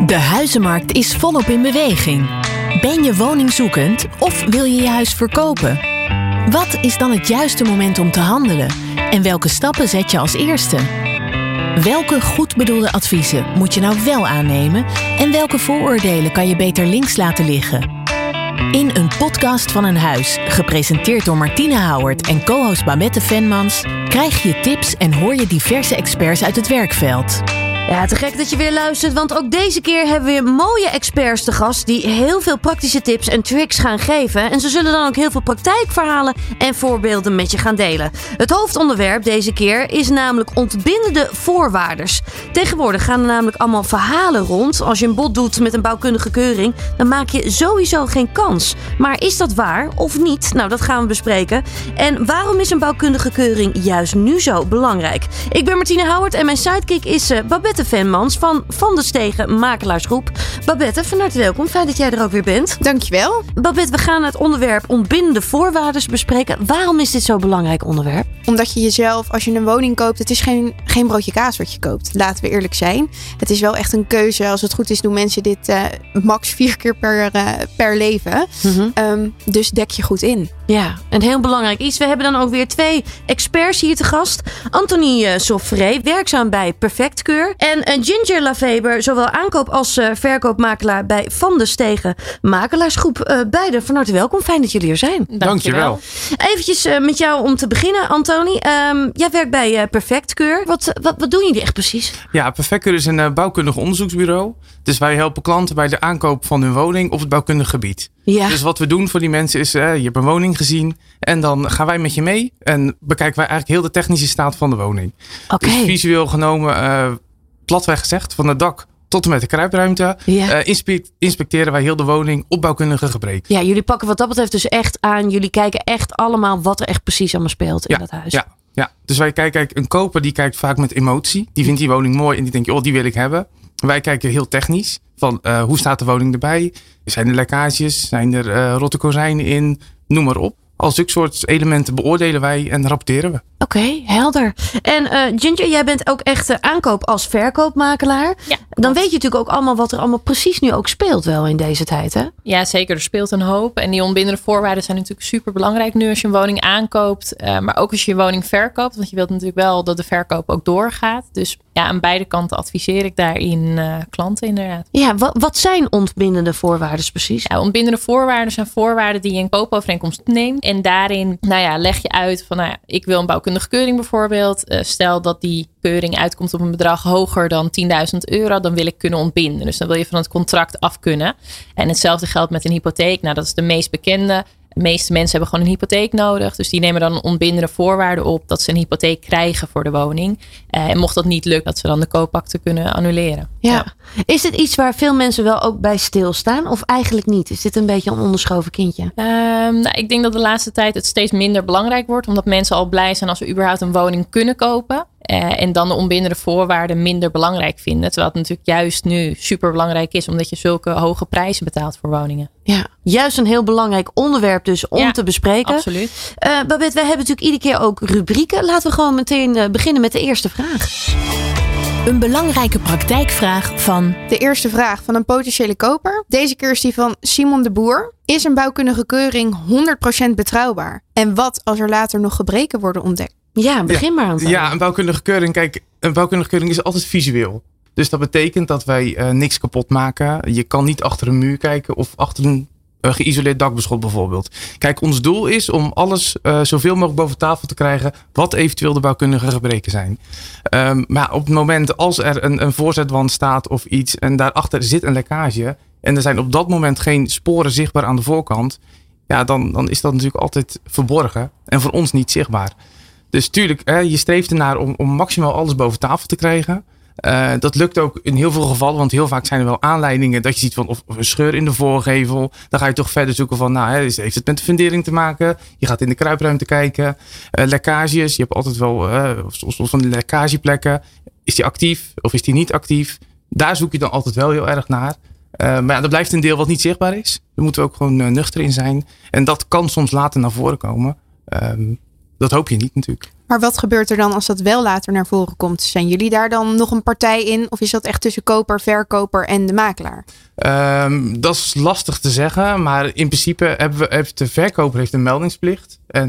De huizenmarkt is volop in beweging. Ben je woningzoekend of wil je je huis verkopen? Wat is dan het juiste moment om te handelen? En welke stappen zet je als eerste? Welke goed bedoelde adviezen moet je nou wel aannemen? En welke vooroordelen kan je beter links laten liggen? In een podcast van een huis, gepresenteerd door Martine Houwert en co-host Babette Venmans, krijg je tips en hoor je diverse experts uit het werkveld. Ja, te gek dat je weer luistert, want ook deze keer hebben we weer mooie experts te gast die heel veel praktische tips en tricks gaan geven. En ze zullen dan ook heel veel praktijkverhalen en voorbeelden met je gaan delen. Het hoofdonderwerp deze keer is namelijk ontbindende voorwaardes. Tegenwoordig gaan er namelijk allemaal verhalen rond. Als je een bod doet met een bouwkundige keuring, dan maak je sowieso geen kans. Maar is dat waar of niet? Nou, dat gaan we bespreken. En waarom is een bouwkundige keuring juist nu zo belangrijk? Ik ben Martine Houwert en mijn sidekick is Babette Venmans van de Stegen Makelaarsgroep. Babette, van harte welkom. Fijn dat jij er ook weer bent. Dankjewel. Babette, we gaan het onderwerp ontbindende voorwaarden bespreken. Waarom is dit zo'n belangrijk onderwerp? Omdat je jezelf, als je een woning koopt, het is geen broodje kaas wat je koopt. Laten we eerlijk zijn. Het is wel echt een keuze. Als het goed is, doen mensen dit max 4 keer per leven. Mm-hmm. Dus dek je goed in. Ja, en heel belangrijk iets. We hebben dan ook weer 2 experts hier te gast. Anthony Soffré, werkzaam bij Perfectkeur. En Ginger Laveber, zowel aankoop als verkoopmakelaar bij Van de Stegen Makelaarsgroep. Beide van harte welkom. Fijn dat jullie er zijn. Dankjewel. Eventjes met jou om te beginnen, Anthony. Jij werkt bij Perfectkeur. Wat doen jullie echt precies? Ja, Perfectkeur is een bouwkundig onderzoeksbureau. Dus wij helpen klanten bij de aankoop van hun woning op het bouwkundig gebied. Ja. Dus wat we doen voor die mensen is, je hebt een woning gezien en dan gaan wij met je mee en bekijken wij eigenlijk heel de technische staat van de woning. Okay. Dus visueel genomen, platweg gezegd, van het dak tot en met de kruipruimte, inspecteren wij heel de woning op bouwkundige gebreken. Ja, jullie pakken wat dat betreft dus echt aan. Jullie kijken echt allemaal wat er echt precies allemaal speelt in dat huis. Ja, dus wij kijken, een koper die kijkt vaak met emotie. Die vindt die woning mooi en die denkt, die wil ik hebben. Wij kijken heel technisch. Van hoe staat de woning erbij? Zijn er lekkages? Zijn er rotte kozijnen in? Noem maar op. Al zulke soort elementen beoordelen wij en rapporteren we. Oké, helder. En Ginger, jij bent ook echt aankoop als verkoopmakelaar. Ja, dan weet je natuurlijk ook allemaal wat er allemaal precies nu ook speelt wel in deze tijd, hè? Ja, zeker. Er speelt een hoop. En die ontbindende voorwaarden zijn natuurlijk super belangrijk nu als je een woning aankoopt. Maar ook als je je woning verkoopt. Want je wilt natuurlijk wel dat de verkoop ook doorgaat. Dus ja, aan beide kanten adviseer ik daarin klanten inderdaad. Ja, wat zijn ontbindende voorwaarden precies? Ja, ontbindende voorwaarden zijn voorwaarden die je in koopovereenkomst neemt. En daarin leg je uit van, ik wil een bouwkundige keuring bijvoorbeeld. Stel dat die keuring uitkomt op een bedrag hoger dan €10.000. Dan wil ik kunnen ontbinden. Dus dan wil je van het contract af kunnen. En hetzelfde geldt met een hypotheek. Nou, dat is de meest bekende. De meeste mensen hebben gewoon een hypotheek nodig. Dus die nemen dan een ontbindende voorwaarde op dat ze een hypotheek krijgen voor de woning. En mocht dat niet lukken, dat ze dan de koopakte kunnen annuleren. Ja. Is dit iets waar veel mensen wel ook bij stilstaan? Of eigenlijk niet? Is dit een beetje een onderschoven kindje? Ik denk dat de laatste tijd het steeds minder belangrijk wordt. Omdat mensen al blij zijn als ze überhaupt een woning kunnen kopen. En dan de ontbindende voorwaarden minder belangrijk vinden. Terwijl het natuurlijk juist nu super belangrijk is. Omdat je zulke hoge prijzen betaalt voor woningen. Ja, juist een heel belangrijk onderwerp dus om te bespreken. Absoluut. Babette, wij hebben natuurlijk iedere keer ook rubrieken. Laten we gewoon meteen beginnen met de eerste vraag. Een belangrijke praktijkvraag van... De eerste vraag van een potentiële koper. Deze keer is die van Simon de Boer. Is een bouwkundige keuring 100% betrouwbaar? En wat als er later nog gebreken worden ontdekt? Ja, begin maar aan. Ja, een bouwkundige keuring. Kijk, een bouwkundige keuring is altijd visueel. Dus dat betekent dat wij niks kapot maken. Je kan niet achter een muur kijken of achter een geïsoleerd dakbeschot bijvoorbeeld. Kijk, ons doel is om alles zoveel mogelijk boven tafel te krijgen wat eventueel de bouwkundige gebreken zijn. Maar op het moment als er een voorzetwand staat of iets en daarachter zit een lekkage en er zijn op dat moment geen sporen zichtbaar aan de voorkant, ja, dan is dat natuurlijk altijd verborgen en voor ons niet zichtbaar. Dus tuurlijk, je streeft ernaar om maximaal alles boven tafel te krijgen. Dat lukt ook in heel veel gevallen, want heel vaak zijn er wel aanleidingen dat je ziet van of een scheur in de voorgevel. Dan ga je toch verder zoeken van, heeft het met de fundering te maken? Je gaat in de kruipruimte kijken. Lekkages, je hebt altijd wel soms van die lekkageplekken. Is die actief of is die niet actief? Daar zoek je dan altijd wel heel erg naar. Maar er blijft een deel wat niet zichtbaar is. Daar moeten we ook gewoon nuchter in zijn. En dat kan soms later naar voren komen. Dat hoop je niet natuurlijk. Maar wat gebeurt er dan als dat wel later naar voren komt? Zijn jullie daar dan nog een partij in? Of is dat echt tussen koper, verkoper en de makelaar? Dat is lastig te zeggen. Maar in principe heeft de verkoper heeft een meldingsplicht. En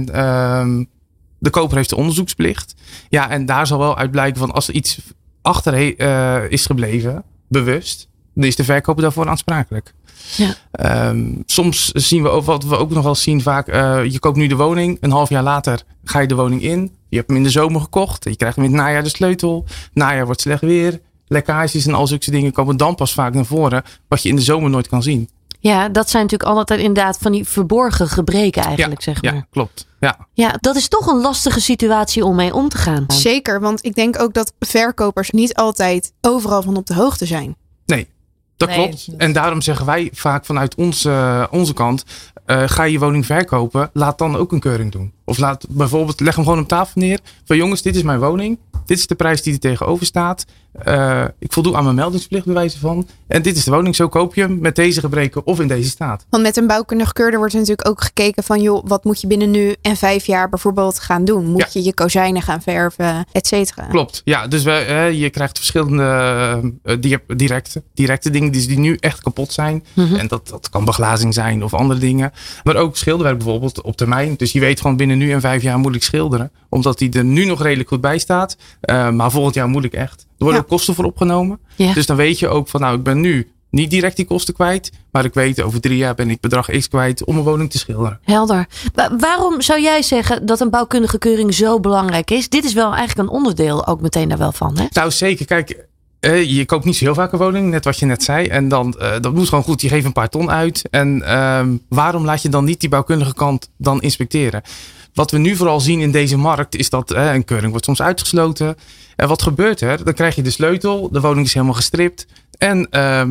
de koper heeft de onderzoeksplicht. Ja, en daar zal wel uit blijken van als er iets achter is gebleven, bewust, dan is de verkoper daarvoor aansprakelijk. Ja. Soms zien we ook, wat we ook nog wel zien vaak, je koopt nu de woning, een half jaar later ga je de woning in. Je hebt hem in de zomer gekocht, je krijgt hem in het najaar de sleutel. Najaar wordt slecht weer, lekkages en al zulke dingen komen dan pas vaak naar voren, wat je in de zomer nooit kan zien. Ja, dat zijn natuurlijk altijd inderdaad van die verborgen gebreken eigenlijk, zeg maar. Ja, klopt. Ja, dat is toch een lastige situatie om mee om te gaan. Zeker, want ik denk ook dat verkopers niet altijd overal van op de hoogte zijn. Nee, dat klopt. En daarom zeggen wij vaak vanuit onze kant, ga je woning verkopen, laat dan ook een keuring doen. Of leg hem gewoon op tafel neer. Van jongens, dit is mijn woning. Dit is de prijs die er tegenover staat. Ik voldoe aan mijn meldingsplicht bij wijze van. En dit is de woning, zo koop je hem met deze gebreken of in deze staat. Want met een bouwkundig keurder wordt er natuurlijk ook gekeken van joh, wat moet je binnen nu en 5 jaar bijvoorbeeld gaan doen? Moet je je kozijnen gaan verven, et cetera? Klopt, ja. Dus je krijgt verschillende directe dingen die nu echt kapot zijn. Mm-hmm. En dat kan beglazing zijn of andere dingen. Maar ook schilderwerk bijvoorbeeld op termijn. Dus je weet gewoon binnen nu en 5 jaar moet ik schilderen. Omdat die er nu nog redelijk goed bij staat. Maar volgend jaar moet ik echt. Er worden ook kosten voor opgenomen. Ja. Dus dan weet je ook van ik ben nu niet direct die kosten kwijt. Maar ik weet over 3 jaar ben ik bedrag X kwijt om een woning te schilderen. Helder. Waarom zou jij zeggen dat een bouwkundige keuring zo belangrijk is? Dit is wel eigenlijk een onderdeel ook meteen daar wel van. Hè? Nou zeker. Kijk, je koopt niet zo heel vaak een woning. Net wat je net zei. En dan dat moet gewoon goed. Je geeft een paar ton uit. En waarom laat je dan niet die bouwkundige kant dan inspecteren? Wat we nu vooral zien in deze markt is dat een keuring wordt soms uitgesloten. En wat gebeurt er? Dan krijg je de sleutel. De woning is helemaal gestript. En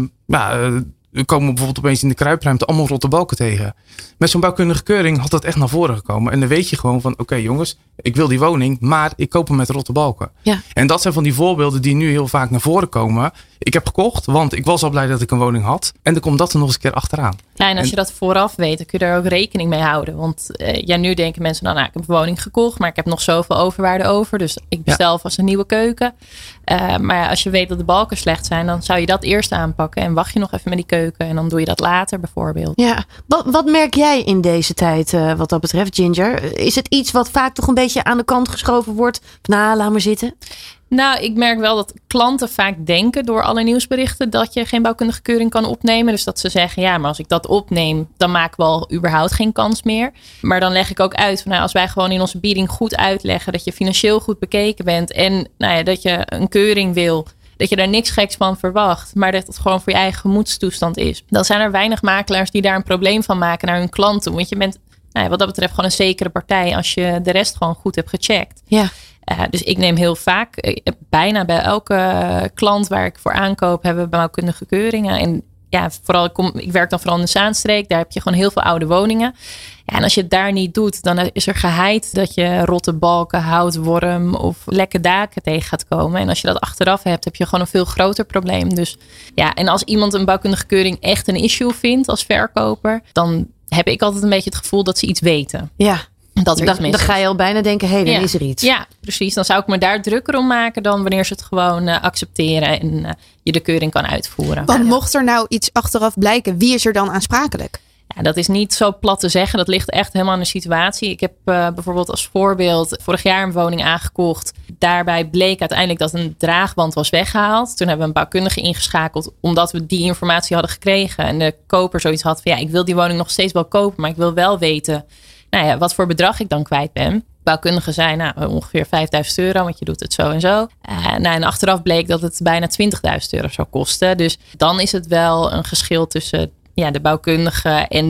we komen bijvoorbeeld opeens in de kruipruimte allemaal rotte balken tegen. Met zo'n bouwkundige keuring had dat echt naar voren gekomen. En dan weet je gewoon van oké, jongens, ik wil die woning, maar ik koop hem met rotte balken. Ja. En dat zijn van die voorbeelden die nu heel vaak naar voren komen. Ik heb gekocht, want ik was al blij dat ik een woning had. En dan komt dat er nog eens een keer achteraan. Ja, en als je dat vooraf weet, dan kun je daar ook rekening mee houden. Want nu denken mensen, ik heb een woning gekocht, maar ik heb nog zoveel overwaarde over. Dus ik bestel vast een nieuwe keuken. Maar als je weet dat de balken slecht zijn, dan zou je dat eerst aanpakken. En wacht je nog even met die keuken en dan doe je dat later bijvoorbeeld. Ja, wat merk jij in deze tijd wat dat betreft, Ginger? Is het iets wat vaak toch een beetje aan de kant geschoven wordt? Laat maar zitten. Nou, ik merk wel dat klanten vaak denken door alle nieuwsberichten dat je geen bouwkundige keuring kan opnemen. Dus dat ze zeggen, ja, maar als ik dat opneem, dan maken we al überhaupt geen kans meer. Maar dan leg ik ook uit van, als wij gewoon in onze bieding goed uitleggen dat je financieel goed bekeken bent en dat je een keuring wil, dat je daar niks geks van verwacht, maar dat het gewoon voor je eigen gemoedstoestand is. Dan zijn er weinig makelaars die daar een probleem van maken naar hun klanten. Want je bent wat dat betreft gewoon een zekere partij als je de rest gewoon goed hebt gecheckt. Ja. Dus ik neem heel vaak, bijna bij elke klant waar ik voor aankoop, hebben we bouwkundige keuringen. En ja, ik werk dan vooral in de Zaanstreek. Daar heb je gewoon heel veel oude woningen. Ja, en als je het daar niet doet, dan is er geheid dat je rotte balken, houtworm of lekke daken tegen gaat komen. En als je dat achteraf hebt, heb je gewoon een veel groter probleem. Dus ja, en als iemand een bouwkundige keuring echt een issue vindt als verkoper, dan heb ik altijd een beetje het gevoel dat ze iets weten. Ja. Dat er iets mis is. Dan ga je al bijna denken, dan is er iets. Ja, precies. Dan zou ik me daar drukker om maken dan wanneer ze het gewoon accepteren en je de keuring kan uitvoeren. Want mocht er nou iets achteraf blijken, wie is er dan aansprakelijk? Ja, dat is niet zo plat te zeggen. Dat ligt echt helemaal aan de situatie. Ik heb bijvoorbeeld als voorbeeld vorig jaar een woning aangekocht. Daarbij bleek uiteindelijk dat een draagwand was weggehaald. Toen hebben we een bouwkundige ingeschakeld omdat we die informatie hadden gekregen. En de koper zoiets had van ik wil die woning nog steeds wel kopen, maar ik wil wel weten wat voor bedrag ik dan kwijt ben. Bouwkundige zei ongeveer €5.000, want je doet het zo en zo. En achteraf bleek dat het bijna €20.000 zou kosten. Dus dan is het wel een geschil tussen de bouwkundige en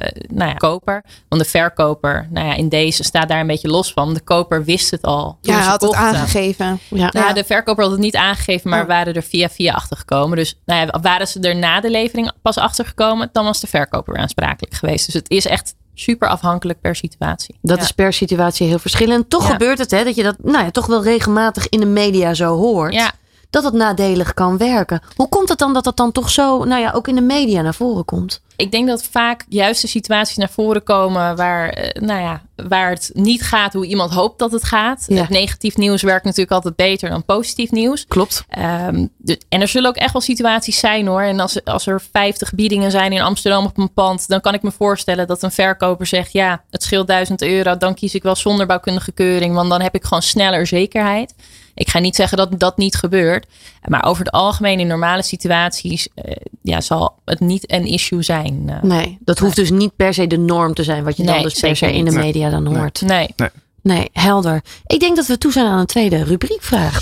de koper. Want de verkoper, in deze staat daar een beetje los van. De koper wist het al. Ja, hij had het aangegeven. Ja. De verkoper had het niet aangegeven, maar waren er via achtergekomen. Dus waren ze er na de levering pas achtergekomen, dan was de verkoper weer aansprakelijk geweest. Dus het is echt super afhankelijk per situatie. Dat is per situatie heel verschillend. Toch gebeurt het dat je dat toch wel regelmatig in de media zo hoort. Ja. Dat het nadelig kan werken. Hoe komt het dan dat dat dan toch zo ook in de media naar voren komt? Ik denk dat vaak juist de situaties naar voren komen waar waar het niet gaat hoe iemand hoopt dat het gaat. Ja. Het negatief nieuws werkt natuurlijk altijd beter dan positief nieuws. Klopt. En er zullen ook echt wel situaties zijn hoor. En als er 50 biedingen zijn in Amsterdam op een pand, dan kan ik me voorstellen dat een verkoper zegt, ja, het scheelt €1000, dan kies ik wel zonder bouwkundige keuring, want dan heb ik gewoon sneller zekerheid. Ik ga niet zeggen dat dat niet gebeurt. Maar over het algemeen in normale situaties zal het niet een issue zijn. Nee, dat hoeft dus niet per se de norm te zijn. Wat je dan dus per se in de media dan hoort. Nee, helder. Ik denk dat we toe zijn aan een tweede rubriekvraag.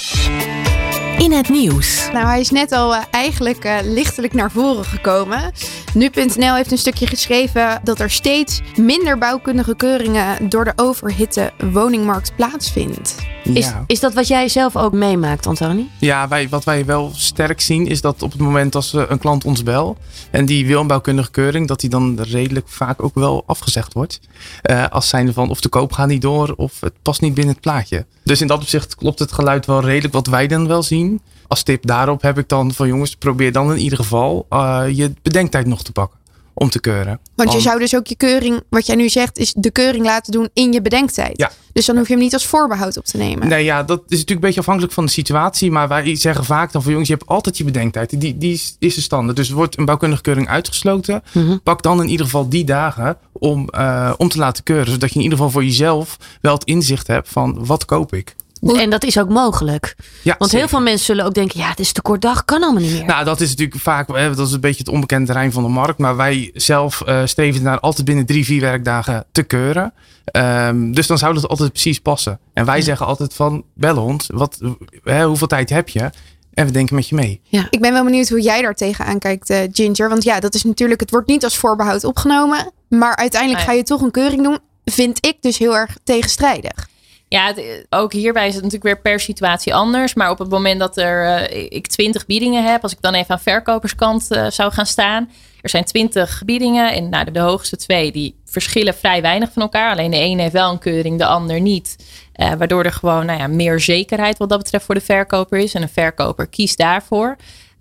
In het nieuws. Nou, hij is net al eigenlijk lichtelijk naar voren gekomen. Nu.nl heeft een stukje geschreven dat er steeds minder bouwkundige keuringen door de overhitte woningmarkt plaatsvindt. Ja. Is dat wat jij zelf ook meemaakt, Antoni? Ja, wat wij wel sterk zien is dat op het moment als een klant ons belt en die wil een bouwkundige keuring, dat die dan redelijk vaak ook wel afgezegd wordt. Als zijnde van of de koop gaat niet door of het past niet binnen het plaatje. Dus in dat opzicht klopt het geluid wel redelijk wat wij dan wel zien. Als tip daarop heb ik dan van jongens, probeer dan in ieder geval je bedenktijd nog te pakken om te keuren. Want je zou dus ook je keuring, wat jij nu zegt, is de keuring laten doen in je bedenktijd. Ja. Dus dan hoef je hem niet als voorbehoud op te nemen. Nee, ja, dat is natuurlijk een beetje afhankelijk van de situatie. Maar wij zeggen vaak dan van jongens, je hebt altijd je bedenktijd. Die is de standaard. Dus wordt een bouwkundige keuring uitgesloten. Mm-hmm. Pak dan in ieder geval die dagen om te laten keuren. Zodat je in ieder geval voor jezelf wel het inzicht hebt van wat koop ik. En dat is ook mogelijk. Ja, want zeker. Heel veel mensen zullen ook denken, ja, het is te kort dag, kan allemaal niet meer. Nou, dat is natuurlijk vaak, dat is een beetje het onbekende terrein van de markt. Maar wij zelf streven naar altijd binnen 3-4 werkdagen te keuren. Dus dan zou dat altijd precies passen. En wij zeggen altijd van, bel ons, hoeveel tijd heb je? En we denken met je mee. Ja. Ik ben wel benieuwd hoe jij daar tegenaan kijkt, Ginger. Want ja, dat is natuurlijk, het wordt niet als voorbehoud opgenomen. Maar uiteindelijk ga je toch een keuring doen. Vind ik dus heel erg tegenstrijdig. Ja, ook hierbij is het natuurlijk weer per situatie anders. Maar op het moment dat ik 20 biedingen heb, als ik dan even aan verkoperskant zou gaan staan. Er zijn 20 biedingen en de hoogste 2 die verschillen vrij weinig van elkaar. Alleen de een heeft wel een keuring, de ander niet. Waardoor er gewoon meer zekerheid wat dat betreft voor de verkoper is. En een verkoper kiest daarvoor.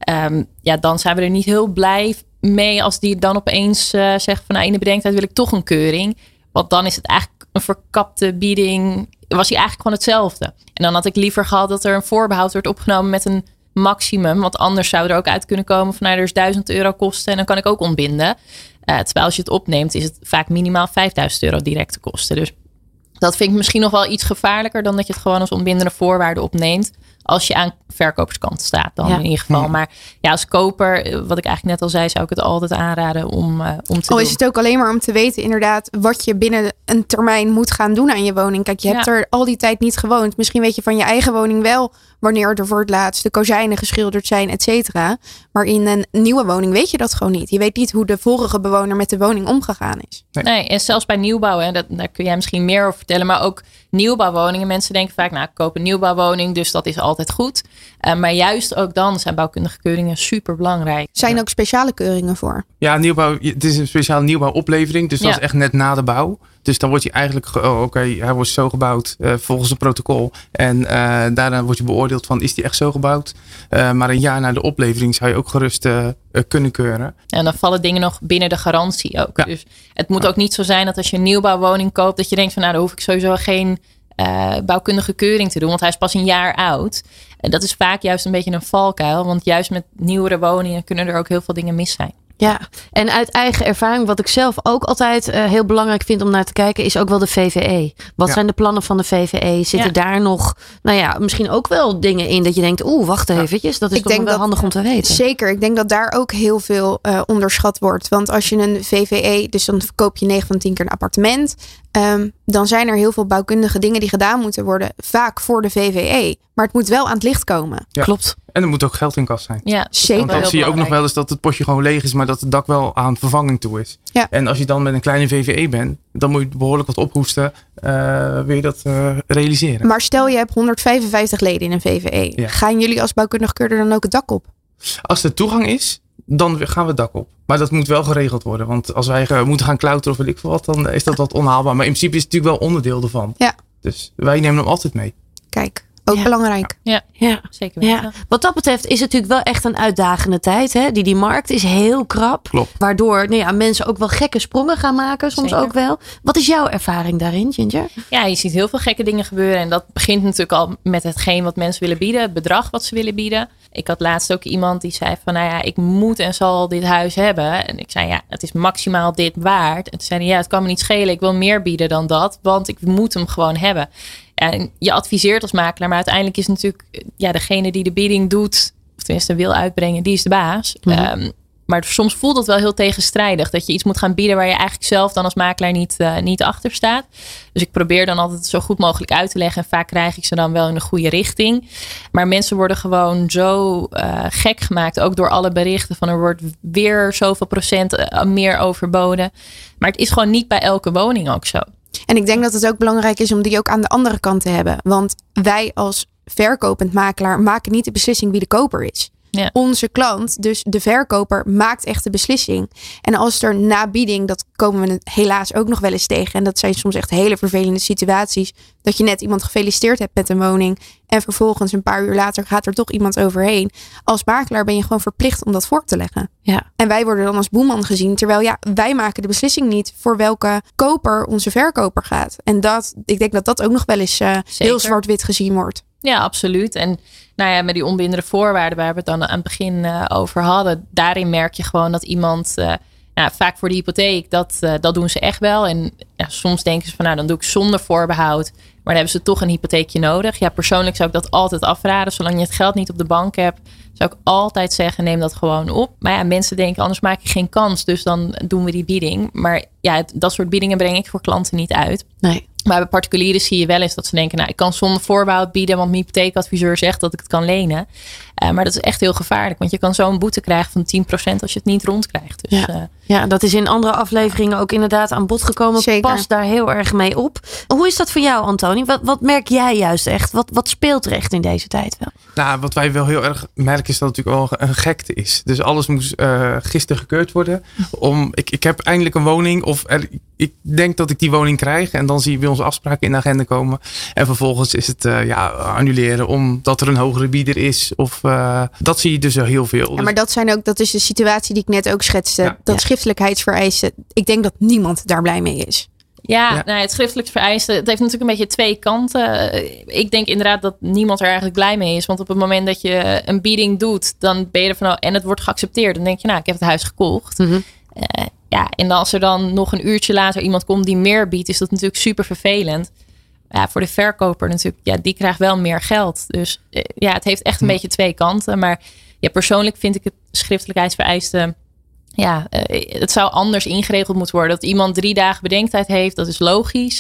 Dan zijn we er niet heel blij mee als die dan opeens zegt van in de bedenktijd wil ik toch een keuring. Want dan is het eigenlijk een verkapte bieding. Was hij eigenlijk gewoon hetzelfde. En dan had ik liever gehad dat er een voorbehoud werd opgenomen met een maximum. Want anders zou er ook uit kunnen komen van er is €1000 kosten en dan kan ik ook ontbinden. Terwijl als je het opneemt is het vaak minimaal €5000 directe kosten. Dus dat vind ik misschien nog wel iets gevaarlijker dan dat je het gewoon als ontbindende voorwaarde opneemt. Als je aan verkoperskant staat dan in ieder geval. Maar ja, als koper, wat ik eigenlijk net al zei, zou ik het altijd aanraden om te doen. Is het ook alleen maar om te weten inderdaad wat je binnen een termijn moet gaan doen aan je woning. Kijk, je hebt er al die tijd niet gewoond. Misschien weet je van je eigen woning wel wanneer er voor het laatst de kozijnen geschilderd zijn, et cetera. Maar in een nieuwe woning weet je dat gewoon niet. Je weet niet hoe de vorige bewoner met de woning omgegaan is. Nee, en zelfs bij nieuwbouw, daar kun jij misschien meer over vertellen. Maar ook nieuwbouwwoningen. Mensen denken vaak, ik koop een nieuwbouwwoning, dus dat is altijd goed. Maar juist ook dan zijn bouwkundige keuringen super belangrijk. Zijn ook speciale keuringen voor? Ja, nieuwbouw. Het is een speciale nieuwbouwoplevering. Dus dat is echt net na de bouw. Dus dan wordt hij eigenlijk, hij wordt zo gebouwd volgens een protocol. En daarna wordt je beoordeeld van, is die echt zo gebouwd? Maar een jaar na de oplevering zou je ook gerust kunnen keuren. En dan vallen dingen nog binnen de garantie ook. Ja. Dus het moet ook niet zo zijn dat als je een nieuwbouwwoning koopt, dat je denkt van, dan hoef ik sowieso geen bouwkundige keuring te doen. Want hij is pas een jaar oud. En dat is vaak juist een beetje een valkuil. Want juist met nieuwere woningen kunnen er ook heel veel dingen mis zijn. Ja, en uit eigen ervaring, wat ik zelf ook altijd heel belangrijk vind om naar te kijken, is ook wel de VVE. Wat zijn de plannen van de VVE? Zitten daar nog, misschien ook wel dingen in dat je denkt, wacht eventjes, dat is toch wel handig om te weten. Zeker, ik denk dat daar ook heel veel onderschat wordt. Want als je een VVE, dus dan koop je 9 van 10 keer een appartement, dan zijn er heel veel bouwkundige dingen die gedaan moeten worden, vaak voor de VVE. Maar het moet wel aan het licht komen. Ja. Klopt. En er moet ook geld in kas zijn. Ja, zeker. Want dan zie je ook nog wel eens dat het potje gewoon leeg is, maar dat het dak wel aan vervanging toe is. Ja. En als je dan met een kleine VVE bent, dan moet je behoorlijk wat ophoesten. Wil je dat realiseren. Maar stel je hebt 155 leden in een VVE. Ja. Gaan jullie als bouwkundig keurder dan ook het dak op? Als er toegang is, dan gaan we het dak op. Maar dat moet wel geregeld worden. Want als wij moeten gaan klauteren of weet ik veel wat, dan is dat wat onhaalbaar. Maar in principe is het natuurlijk wel onderdeel ervan. Ja. Dus wij nemen hem altijd mee. Kijk. Ook belangrijk. Ja, zeker weten. Ja. Wat dat betreft is het natuurlijk wel echt een uitdagende tijd. Hè? Die markt is heel krap. Klopt. Waardoor mensen ook wel gekke sprongen gaan maken. Soms Zeker. ook wel. Wat is jouw ervaring daarin, Ginger? Ja, je ziet heel veel gekke dingen gebeuren. En dat begint natuurlijk al met hetgeen wat mensen willen bieden. Het bedrag wat ze willen bieden. Ik had laatst ook iemand die zei van... ik moet en zal dit huis hebben. En ik zei, het is maximaal dit waard. En toen zei hij, het kan me niet schelen. Ik wil meer bieden dan dat. Want ik moet hem gewoon hebben. En je adviseert als makelaar. Maar uiteindelijk is natuurlijk degene die de bieding doet... of tenminste wil uitbrengen, die is de baas. Mm-hmm. Maar soms voelt het wel heel tegenstrijdig. Dat je iets moet gaan bieden waar je eigenlijk zelf dan als makelaar niet achter staat. Dus ik probeer dan altijd zo goed mogelijk uit te leggen. En vaak krijg ik ze dan wel in de goede richting. Maar mensen worden gewoon zo gek gemaakt. Ook door alle berichten van er wordt weer zoveel procent meer overboden. Maar het is gewoon niet bij elke woning ook zo. En ik denk dat het ook belangrijk is om die ook aan de andere kant te hebben. Want wij als verkopend makelaar maken niet de beslissing wie de koper is. Ja. Onze klant, dus de verkoper, maakt echt de beslissing. En als er na bieding, dat komen we helaas ook nog wel eens tegen. En dat zijn soms echt hele vervelende situaties. Dat je net iemand gefeliciteerd hebt met een woning. En vervolgens een paar uur later gaat er toch iemand overheen. Als makelaar ben je gewoon verplicht om dat voor te leggen. Ja. En wij worden dan als boeman gezien. Terwijl wij maken de beslissing niet voor welke koper onze verkoper gaat. En ik denk dat dat ook nog wel eens heel zwart-wit gezien wordt. Ja, absoluut. En met die onbindende voorwaarden waar we het dan aan het begin over hadden. Daarin merk je gewoon dat iemand, vaak voor de hypotheek, dat doen ze echt wel. En soms denken ze van dan doe ik zonder voorbehoud. Maar dan hebben ze toch een hypotheekje nodig. Ja, persoonlijk zou ik dat altijd afraden. Zolang je het geld niet op de bank hebt, zou ik altijd zeggen, neem dat gewoon op. Maar mensen denken, anders maak je geen kans. Dus dan doen we die bieding. Maar dat soort biedingen breng ik voor klanten niet uit. Nee. Maar bij particulieren zie je wel eens dat ze denken, ik kan zonder voorbehoud bieden, want mijn hypotheekadviseur zegt dat ik het kan lenen. Maar dat is echt heel gevaarlijk, want je kan zo een boete krijgen van 10% als je het niet rondkrijgt. Dus, dat is in andere afleveringen ook inderdaad aan bod gekomen. Zeker. Pas daar heel erg mee op. Hoe is dat voor jou, Antoni? Wat merk jij juist echt? Wat speelt er echt in deze tijd wel? Nou, wat wij wel heel erg merken is dat het natuurlijk wel een gekte is. Dus alles moest gisteren gekeurd worden. Ik heb eindelijk een woning of ik denk dat ik die woning krijg. En dan zie je bij onze afspraken in de agenda komen. En vervolgens is het annuleren omdat er een hogere bieder is. Of dat zie je dus heel veel. Ja, maar dat is de situatie die ik net ook schetste. Dat schriftelijkheidsvereisten. Ik denk dat niemand daar blij mee is. Ja. Het schriftelijk vereisten, het heeft natuurlijk een beetje twee kanten. Ik denk inderdaad dat niemand er eigenlijk blij mee is. Want op het moment dat je een bieding doet, dan ben je er van, en het wordt geaccepteerd. Dan denk je, ik heb het huis gekocht. Mm-hmm. En als er dan nog een uurtje later iemand komt die meer biedt, is dat natuurlijk super vervelend. Ja, voor de verkoper natuurlijk, die krijgt wel meer geld. Dus het heeft echt een beetje twee kanten. Maar persoonlijk vind ik het schriftelijkheidsvereiste, het zou anders ingeregeld moeten worden. Dat iemand 3 dagen bedenktijd heeft, dat is logisch.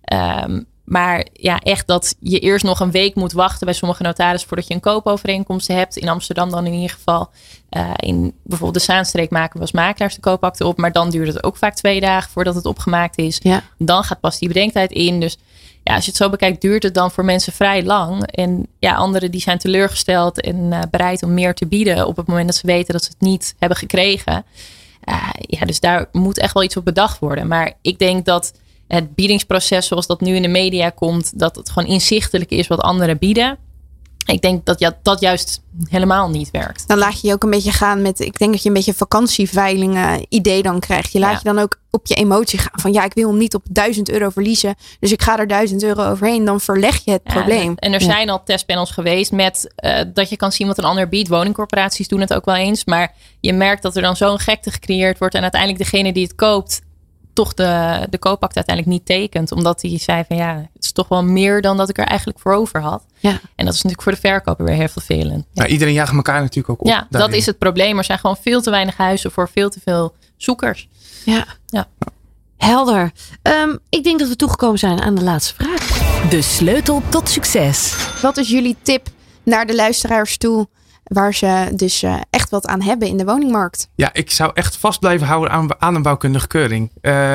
Maar echt dat je eerst nog een week moet wachten bij sommige notarissen voordat je een koopovereenkomst hebt. In Amsterdam dan in ieder geval. In bijvoorbeeld de Zaanstreek maken we als makelaars de koopakte op. Maar dan duurt het ook vaak 2 dagen voordat het opgemaakt is. Ja. Dan gaat pas die bedenktijd in. Dus als je het zo bekijkt, duurt het dan voor mensen vrij lang. En anderen die zijn teleurgesteld en bereid om meer te bieden op het moment dat ze weten dat ze het niet hebben gekregen. Dus daar moet echt wel iets op bedacht worden. Maar ik denk dat het biedingsproces zoals dat nu in de media komt, dat het gewoon inzichtelijk is wat anderen bieden. Ik denk dat juist helemaal niet werkt. Dan laat je je ook een beetje gaan met, ik denk dat je een beetje vakantieveilingen idee dan krijgt. Je laat je dan ook op je emotie gaan van ik wil hem niet op €1000 verliezen. Dus ik ga er €1000 overheen. Dan verleg je het probleem. En er zijn al testpanels geweest met dat je kan zien wat een ander biedt. Woningcorporaties doen het ook wel eens. Maar je merkt dat er dan zo'n gekte gecreëerd wordt. En uiteindelijk degene die het koopt toch de koopakte uiteindelijk niet tekent. Omdat hij zei van het is toch wel meer dan dat ik er eigenlijk voor over had. Ja. En dat is natuurlijk voor de verkoper weer heel vervelend. Ja, iedereen jaagt elkaar natuurlijk ook op. Ja, daarin. Dat is het probleem. Er zijn gewoon veel te weinig huizen voor veel te veel zoekers. Ja. Helder. Ik denk dat we toegekomen zijn aan de laatste vraag. De sleutel tot succes. Wat is jullie tip naar de luisteraars toe, waar ze dus echt wat aan hebben in de woningmarkt? Ja, ik zou echt vast blijven houden aan een bouwkundige keuring.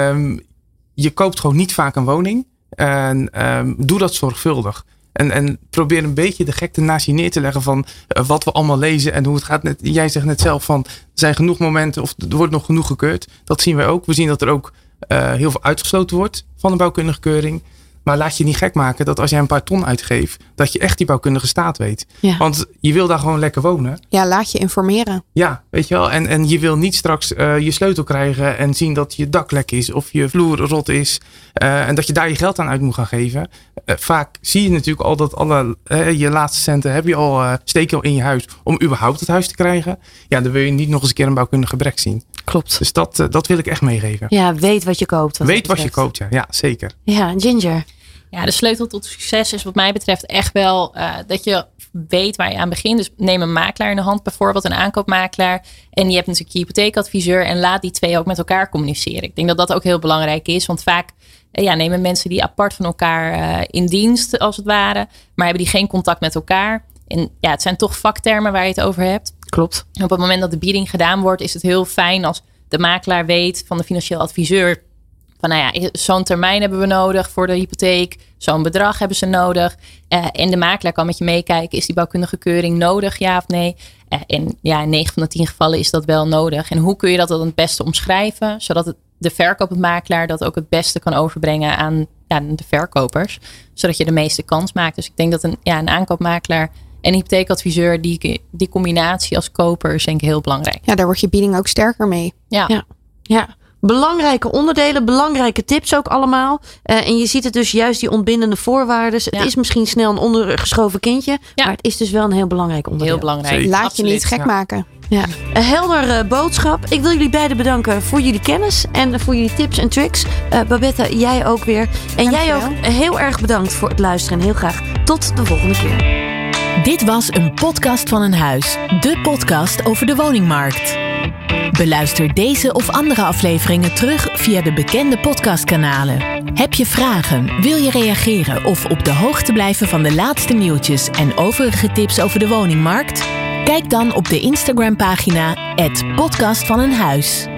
Je koopt gewoon niet vaak een woning. En doe dat zorgvuldig. En probeer een beetje de gekte naast je neer te leggen van wat we allemaal lezen en hoe het gaat. Jij zegt net zelf van, er zijn genoeg momenten of er wordt nog genoeg gekeurd. Dat zien wij ook. We zien dat er ook heel veel uitgesloten wordt van een bouwkundige keuring. Maar laat je niet gek maken dat als jij een paar ton uitgeeft, dat je echt die bouwkundige staat weet. Ja. Want je wil daar gewoon lekker wonen. Ja, laat je informeren. Ja, weet je wel. En je wil niet straks je sleutel krijgen en zien dat je dak lek is of je vloer rot is. En dat je daar je geld aan uit moet gaan geven. Vaak zie je natuurlijk al dat je laatste centen heb je al, steek je al in je huis om überhaupt het huis te krijgen. Ja, dan wil je niet nog eens een keer een bouwkundig gebrek zien. Klopt. Dus dat wil ik echt meegeven. Ja, weet wat je koopt. Weet wat je koopt, ja, zeker. Ja, Ginger. Ja, de sleutel tot succes is wat mij betreft echt wel dat je weet waar je aan begint. Dus neem een makelaar in de hand, bijvoorbeeld een aankoopmakelaar. En je hebt natuurlijk je hypotheekadviseur en laat die twee ook met elkaar communiceren. Ik denk dat dat ook heel belangrijk is, want vaak nemen mensen die apart van elkaar in dienst als het ware, maar hebben die geen contact met elkaar. En ja, het zijn toch vaktermen waar je het over hebt. Klopt. En op het moment dat de bieding gedaan wordt, is het heel fijn als de makelaar weet van de financieel adviseur van zo'n termijn hebben we nodig voor de hypotheek. Zo'n bedrag hebben ze nodig. En de makelaar kan met je meekijken. Is die bouwkundige keuring nodig, ja of nee? En in 9 van de 10 gevallen is dat wel nodig. En hoe kun je dat dan het beste omschrijven? Zodat de verkoopmakelaar dat ook het beste kan overbrengen aan de verkopers. Zodat je de meeste kans maakt. Dus ik denk dat een aankoopmakelaar en een hypotheekadviseur, die combinatie als koper is denk ik heel belangrijk. Ja, daar wordt je bieding ook sterker mee. Ja. Belangrijke onderdelen, belangrijke tips ook allemaal. En je ziet het dus juist die ontbindende voorwaarden. Het is misschien snel een ondergeschoven kindje. Ja. Maar het is dus wel een heel belangrijk onderdeel. Heel belangrijk. Zeker. Laat je niet gek maken. Ja. Een helder boodschap. Ik wil jullie beiden bedanken voor jullie kennis en voor jullie tips en tricks. Babette, jij ook weer. En jij ook heel erg bedankt voor het luisteren. En heel graag tot de volgende keer. Dit was een podcast van een huis. De podcast over de woningmarkt. Beluister deze of andere afleveringen terug via de bekende podcastkanalen. Heb je vragen, wil je reageren of op de hoogte blijven van de laatste nieuwtjes en overige tips over de woningmarkt? Kijk dan op de Instagram-pagina @podcastvaneenhuis.